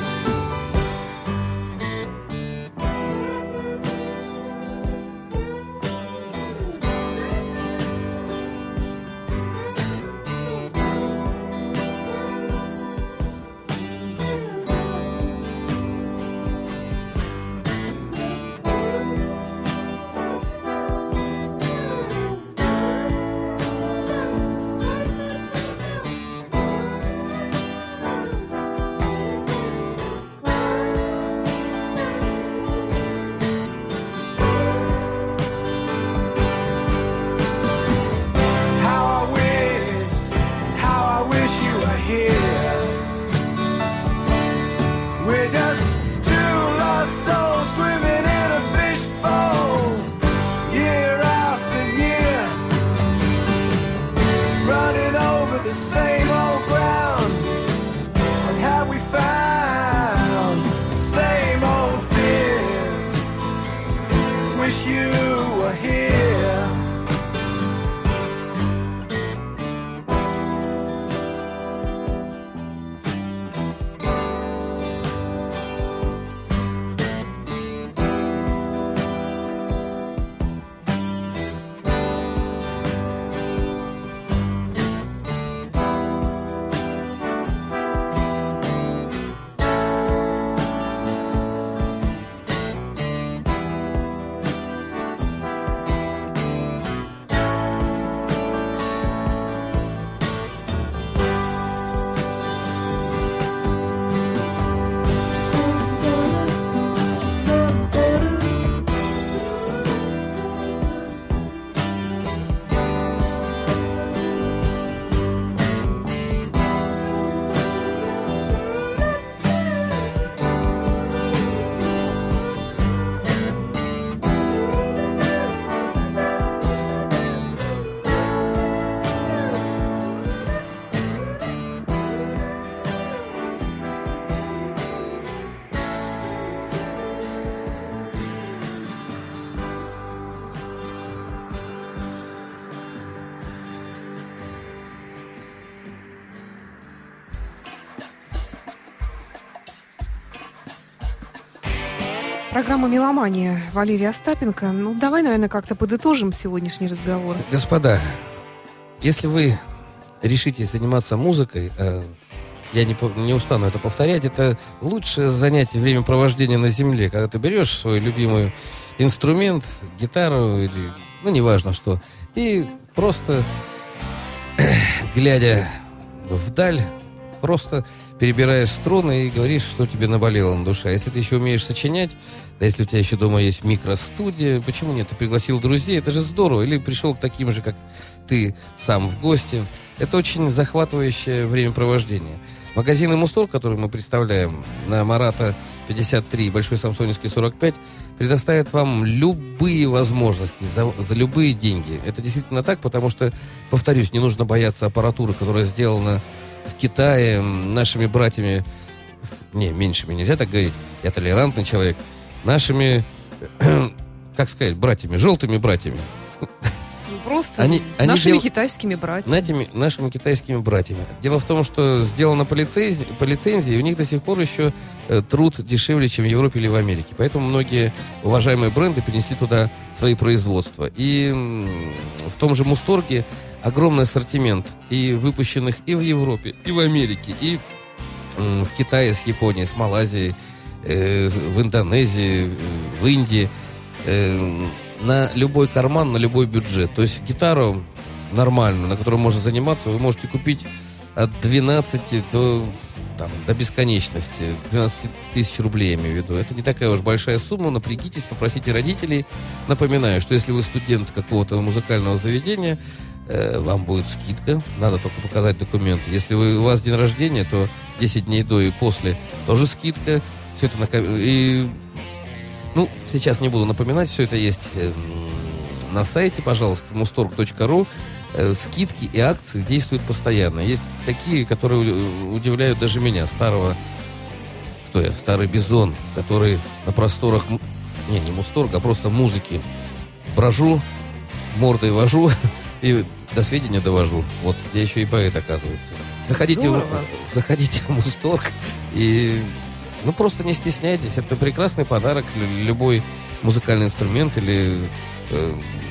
How I wish, how I wish you were here. We're just two lost souls swimming in a fishbowl, year after year, running over the same old ground. What have we found? The same old fears. Wish you were here. Программа «Меломания». Валерий Остапенко. Ну, давай, наверное, как-то подытожим сегодняшний разговор. Господа, если вы решитесь заниматься музыкой, э, я не, не устану это повторять, это лучшее занятие, времяпровождения на земле, когда ты берешь свой любимый инструмент, гитару или, ну, неважно что, и просто, глядя вдаль, просто перебираешь струны и говоришь, что тебе наболело на душе. А если ты еще умеешь сочинять, да если у тебя еще дома есть микростудия, почему нет? Ты пригласил друзей, это же здорово. Или пришел к таким же, как ты сам, в гости. Это очень захватывающее времяпровождение. Магазин «Мустор», который мы представляем на Марата пятьдесят три, Большой Самсоневский сорок пять, предоставит вам любые возможности за, за любые деньги. Это действительно так, потому что, повторюсь, не нужно бояться аппаратуры, которая сделана в Китае нашими братьями, не, меньшими нельзя так говорить, я толерантный человек, нашими, как сказать, братьями, желтыми братьями. Просто они, нашими они дел... китайскими братьями. Нашими, нашими китайскими братьями. Дело в том, что сделано по лицензии, по лицензии, и у них до сих пор еще э, труд дешевле, чем в Европе или в Америке. Поэтому многие уважаемые бренды перенесли туда свои производства. И м- в том же Мусторге огромный ассортимент и выпущенных и в Европе, и в Америке, и в Китае с Японией, с Малайзией, э, в Индонезии, в Индии. Э, на любой карман, на любой бюджет. То есть гитару нормальную, на которой можно заниматься, вы можете купить от двенадцати до, там, до бесконечности. двенадцать тысяч рублей, я имею в виду. Это не такая уж большая сумма. Напрягитесь, попросите родителей. Напоминаю, что если вы студент какого-то музыкального заведения, э, вам будет скидка. Надо только показать документы. Если вы, у вас день рождения, то десять дней до и после тоже скидка. Все это на... И, ну, сейчас не буду напоминать. Все это есть э, на сайте, пожалуйста, мусторг точка ру. Скидки и акции действуют постоянно. Есть такие, которые удивляют даже меня, старого, кто я, старый бизон, который на просторах, не, не Мусторга, а просто музыки брожу, мордой вожу и до сведения довожу. Вот я еще и поэт, оказывается. Заходите, в, заходите в Мусторг и, ну, просто не стесняйтесь. Это прекрасный подарок. Любой музыкальный инструмент или э,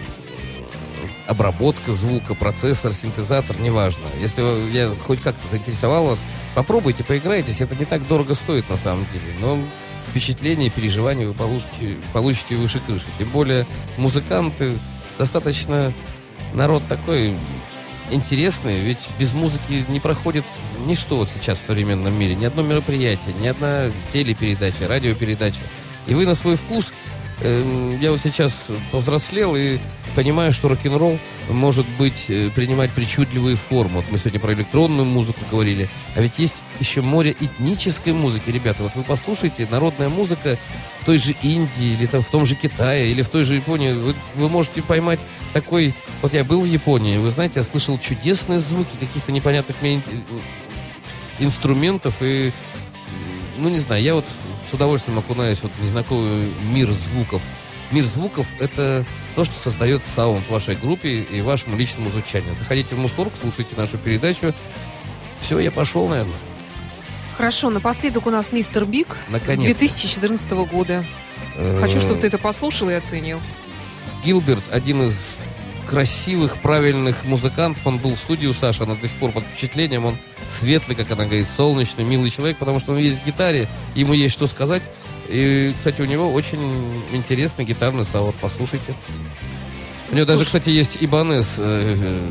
обработка звука, процессор, синтезатор, неважно. Если я хоть как-то заинтересовал вас, попробуйте, поиграйтесь. Это не так дорого стоит на самом деле, но впечатление, переживания вы получите, получите выше крыши. Тем более музыканты достаточно народ такой интересный, ведь без музыки не проходит ничто вот сейчас в современном мире. Ни одно мероприятие, ни одна телепередача, радиопередача. И вы на свой вкус... Э, я вот сейчас повзрослел и понимаю, что рок-н-ролл может быть, принимать причудливые формы. Вот мы сегодня про электронную музыку говорили, а ведь есть еще море этнической музыки. Ребята, вот вы послушайте, народная музыка в той же Индии, или там, в том же Китае, или в той же Японии. Вы, вы можете поймать такой... Вот я был в Японии, вы знаете, я слышал чудесные звуки каких-то непонятных мне инструментов, и, ну, не знаю, я вот с удовольствием окунаюсь вот в незнакомый мир звуков. Мир звуков — это то, что создает саунд вашей группе и вашему личному звучанию. Заходите в Мусторг, слушайте нашу передачу. Все, я пошел, наверное. Хорошо, напоследок у нас мистер Биг две тысячи четырнадцатого года. Хочу, чтобы ты это послушал и оценил. Гилберт — один из красивых, правильных музыкантов. Он был в студии у Саши, она до сих пор под впечатлением. Он светлый, как она говорит, солнечный, милый человек, потому что он есть в гитаре, ему есть что сказать. И, кстати, у него очень интересный гитарный саунд. Послушайте. У него даже, кстати, есть Ибанес, э,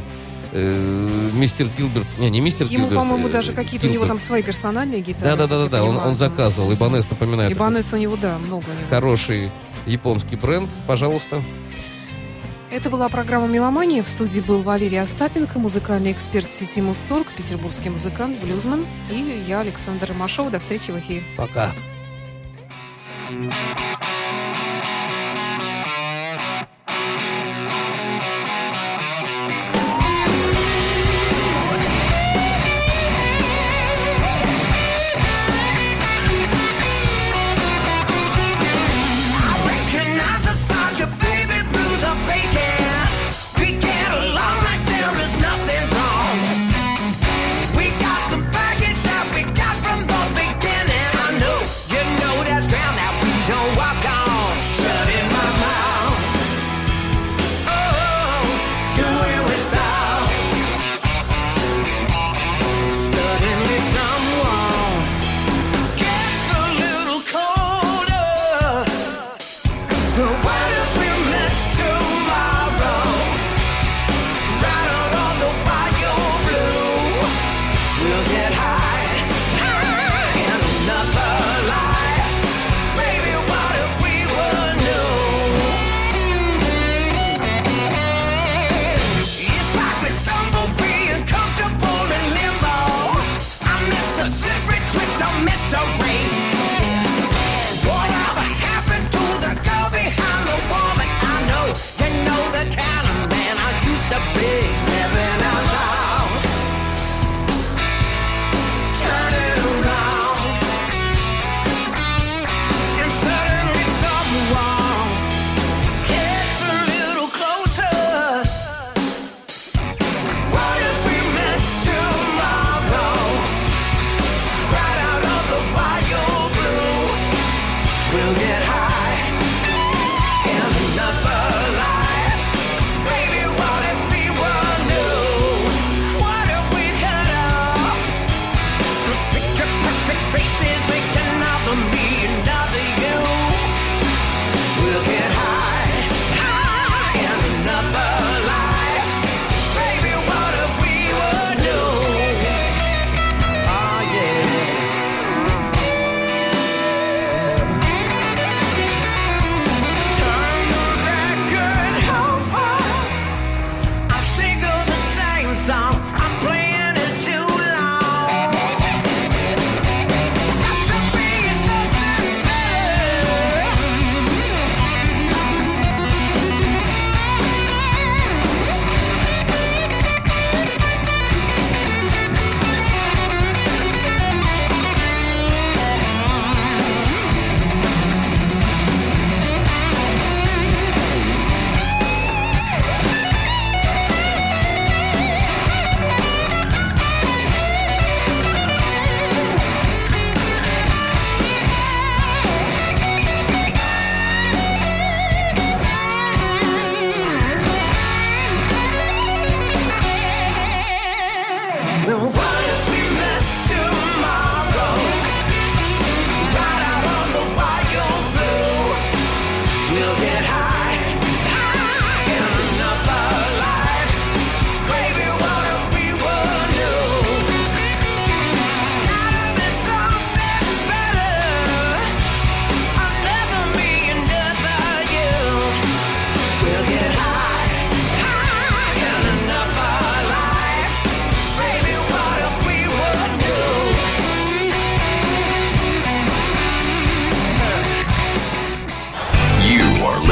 э, мистер Гилберт. Не, не мистер Ему, Гилберт. Ему, по-моему, э, даже какие-то Гилберт. У него там свои персональные гитары. Да-да-да, он, он заказывал. Ибанес напоминает. Ибанес у него, да, много у него. Хороший японский бренд. Пожалуйста. Это была программа «Меломания». В студии был Валерий Остапенко, музыкальный эксперт сети Мусторг, петербургский музыкант, блюзмен. И я, Александр Ромашова. До встречи в эфире. Пока. Don't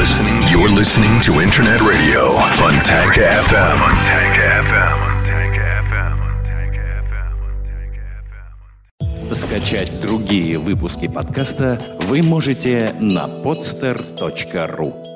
listening. You're listening to Internet Radio Fontanka эф эм. Fontanka эф эм. Скачать другие выпуски подкаста вы можете на podster точка ру.